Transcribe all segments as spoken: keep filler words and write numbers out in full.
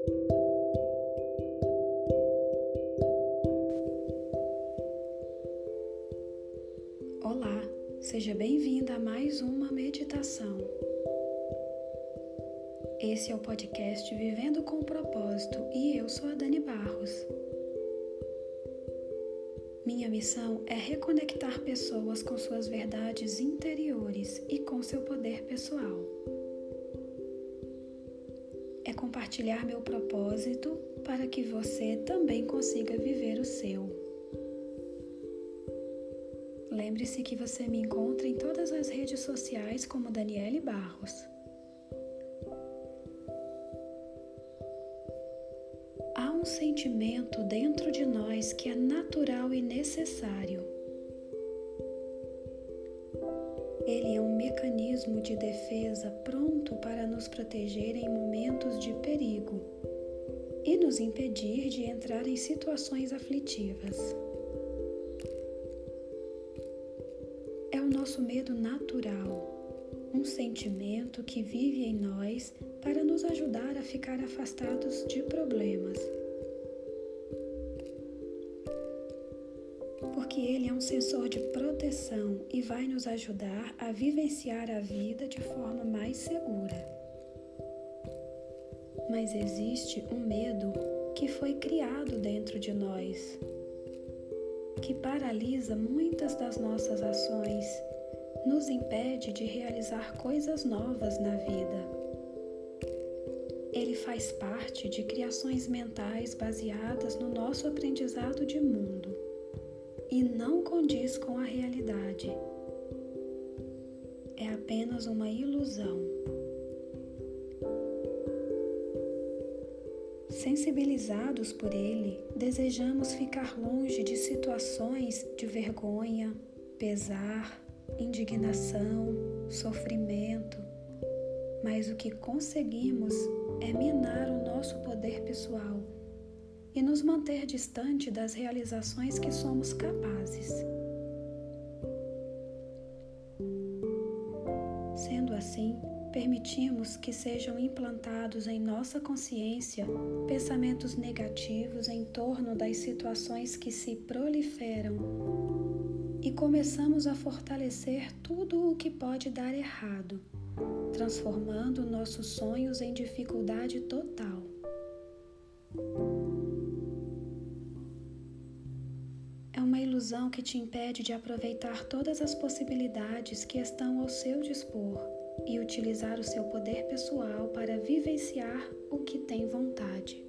Olá, seja bem-vinda a mais uma meditação. Esse é o podcast Vivendo com Propósito e eu sou a Dani Barros. Minha missão é reconectar pessoas com suas verdades interiores e com seu poder pessoal. É compartilhar meu propósito para que você também consiga viver o seu. Lembre-se que você me encontra em todas as redes sociais como Daniele Barros. Há um sentimento dentro de nós que é natural e necessário. Ele é um mecanismo de defesa pronto para nos proteger em momentos de perigo e nos impedir de entrar em situações aflitivas. É o nosso medo natural, um sentimento que vive em nós para nos ajudar a ficar afastados de problemas. Porque ele é um sensor de proteção e vai nos ajudar a vivenciar a vida de forma mais segura. Mas existe um medo que foi criado dentro de nós, que paralisa muitas das nossas ações, nos impede de realizar coisas novas na vida. Ele faz parte de criações mentais baseadas no nosso aprendizado de mundo e não condiz com a realidade. É apenas uma ilusão. Sensibilizados por ele, desejamos ficar longe de situações de vergonha, pesar, indignação, sofrimento, mas o que conseguimos é minar o nosso poder pessoal e nos manter distante das realizações que somos capazes. Sendo assim, permitimos que sejam implantados em nossa consciência pensamentos negativos em torno das situações que se proliferam e começamos a fortalecer tudo o que pode dar errado, transformando nossos sonhos em dificuldade total. É uma ilusão que te impede de aproveitar todas as possibilidades que estão ao seu dispor e utilizar o seu poder pessoal para vivenciar o que tem vontade.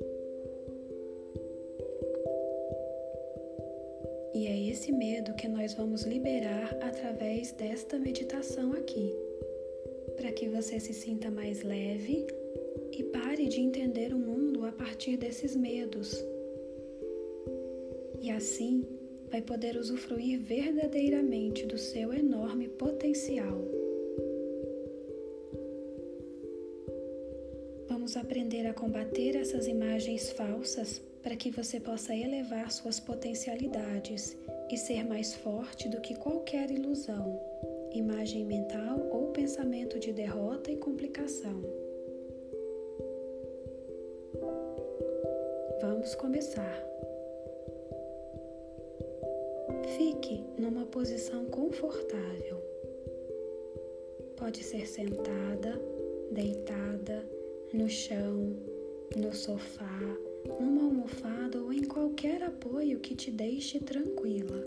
E é esse medo que nós vamos liberar através desta meditação aqui, para que você se sinta mais leve e pare de entender o mundo a partir desses medos. E assim, vai poder usufruir verdadeiramente do seu enorme potencial. Vamos aprender a combater essas imagens falsas para que você possa elevar suas potencialidades e ser mais forte do que qualquer ilusão, imagem mental ou pensamento de derrota e complicação. Vamos começar. Fique numa posição confortável. Pode ser sentada, deitada, no chão, no sofá, numa almofada ou em qualquer apoio que te deixe tranquila.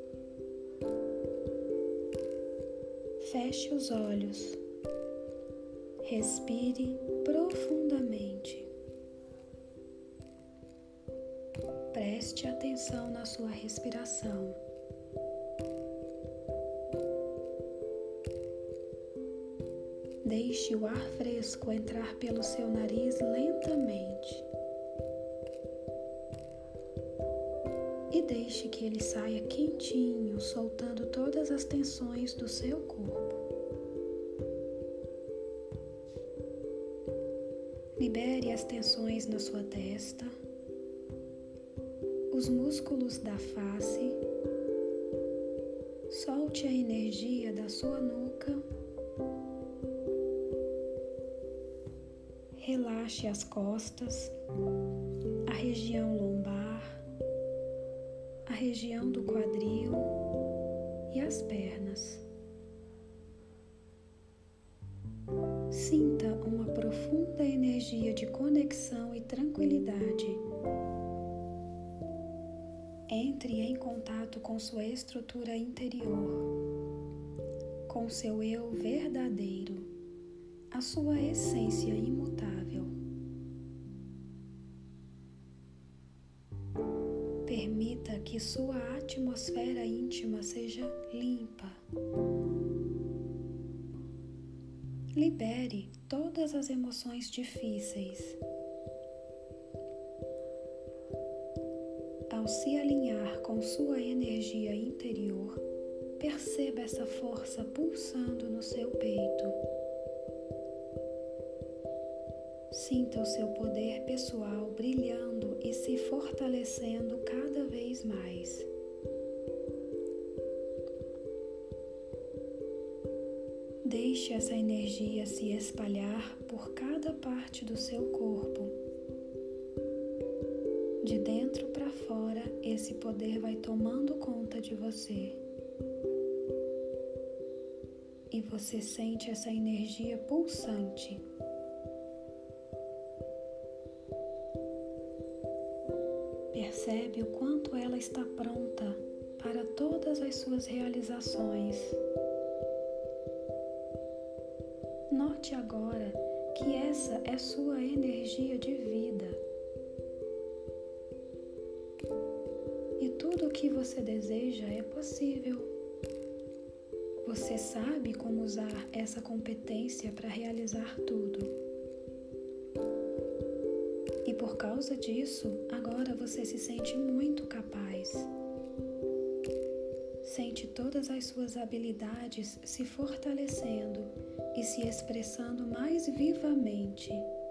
Feche os olhos. Respire profundamente. Preste atenção na sua respiração. Deixe o ar fresco entrar pelo seu nariz lentamente. E deixe que ele saia quentinho, soltando todas as tensões do seu corpo. Libere as tensões na sua testa, os músculos da face, solte a energia da sua nuca. relaxe as costas, a região lombar, a região do quadril e as pernas. Sinta uma profunda energia de conexão e tranquilidade. Entre em contato com sua estrutura interior, com seu eu verdadeiro, a sua essência imutável. Permita que sua atmosfera íntima seja limpa. Libere todas as emoções difíceis. Ao se alinhar com sua energia interior, perceba essa força pulsando no seu peito. Sinta o seu poder pessoal brilhando e se fortalecendo cada vez mais. Deixe essa energia se espalhar por cada parte do seu corpo. De dentro para fora, esse poder vai tomando conta de você. E você sente essa energia pulsante. Percebe o quanto ela está pronta para todas as suas realizações. Note agora que essa é sua energia de vida. E tudo o que você deseja é possível. Você sabe como usar essa competência para realizar tudo. E por causa disso, agora você se sente muito capaz. Sente todas as suas habilidades se fortalecendo e se expressando mais vivamente.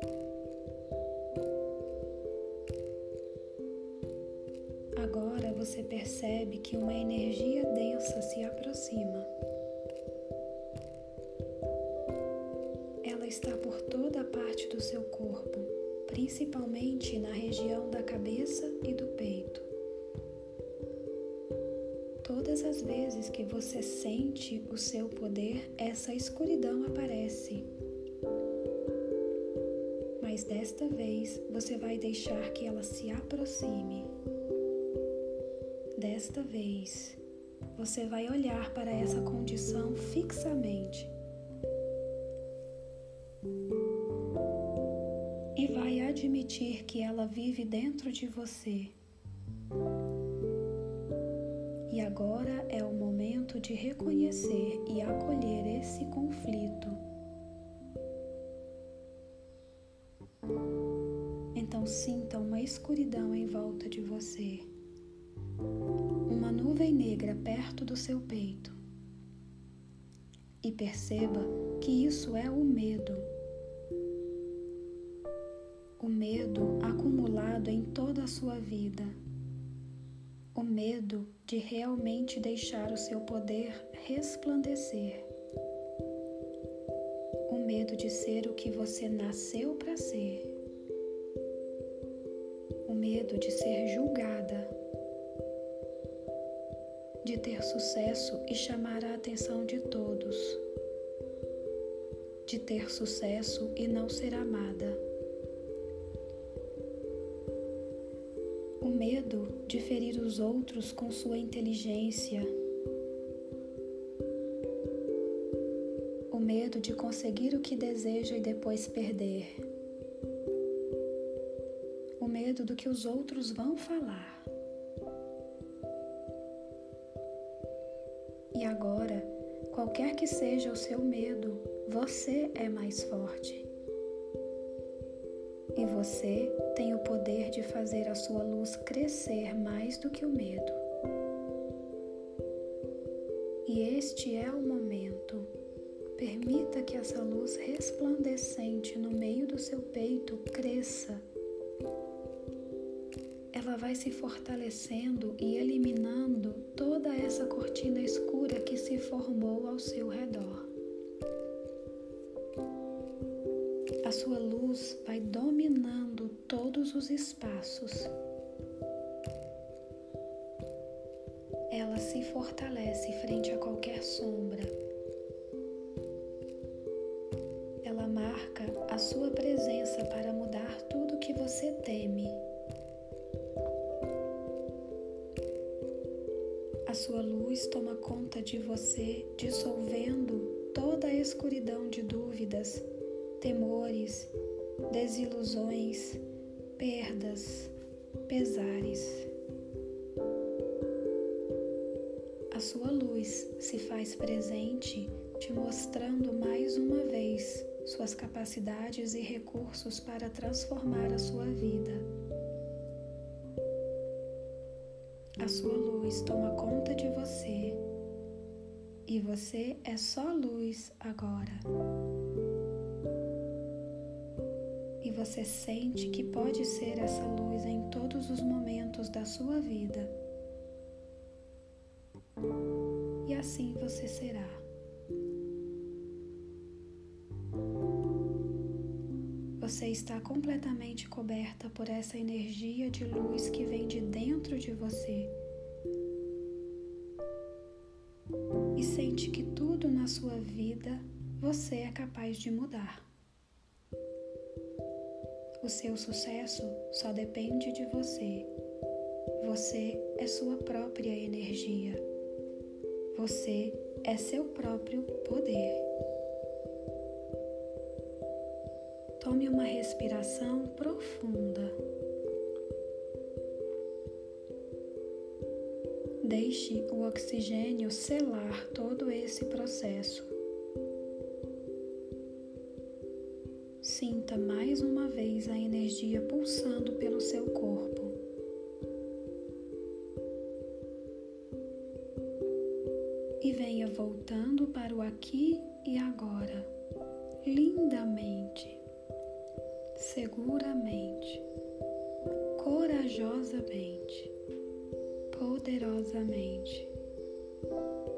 Agora você percebe que uma energia densa se aproxima. Ela está por toda a parte do seu corpo, principalmente na região da cabeça e do peito. Todas as vezes que você sente o seu poder, essa escuridão aparece. Mas desta vez, você vai deixar que ela se aproxime. Desta vez, você vai olhar para essa condição fixamente. E vai admitir que ela vive dentro de você. E agora é o momento de reconhecer e acolher esse conflito. Então sinta uma escuridão em volta de você. Uma nuvem negra perto do seu peito. E perceba que isso é o medo. O medo acumulado em toda a sua vida. O medo de realmente deixar o seu poder resplandecer. O medo de ser o que você nasceu para ser. O medo de ser julgada. De ter sucesso e chamar a atenção de todos. De ter sucesso e não ser amada. O medo de ferir os outros com sua inteligência. O medo de conseguir o que deseja e depois perder. O medo do que os outros vão falar. E agora, qualquer que seja o seu medo, você é mais forte. E você tem o poder de fazer a sua luz crescer mais do que o medo. E este é o momento. Permita que essa luz resplandecente no meio do seu peito cresça. Ela vai se fortalecendo e eliminando toda essa cortina escura que se formou ao seu redor. A sua luz vai dominando todos os espaços. Ela se fortalece frente a qualquer sombra. Ela marca a sua presença para mudar tudo que você teme. A sua luz toma conta de você, dissolvendo toda a escuridão de dúvidas, temores, desilusões, perdas, pesares. A sua luz se faz presente, te mostrando mais uma vez suas capacidades e recursos para transformar a sua vida. A sua luz toma conta de você e você é só luz agora. E você sente que pode ser essa luz em todos os momentos da sua vida. E assim você será. Você está completamente coberta por essa energia de luz que vem de dentro de você. E sente que tudo na sua vida você é capaz de mudar. O seu sucesso só depende de você. Você é sua própria energia. Você é seu próprio poder. Tome uma respiração profunda. Deixe o oxigênio selar todo esse processo. Sinta mais uma vez a energia pulsando pelo seu corpo. E venha voltando para o aqui e agora, lindamente, seguramente, corajosamente, poderosamente.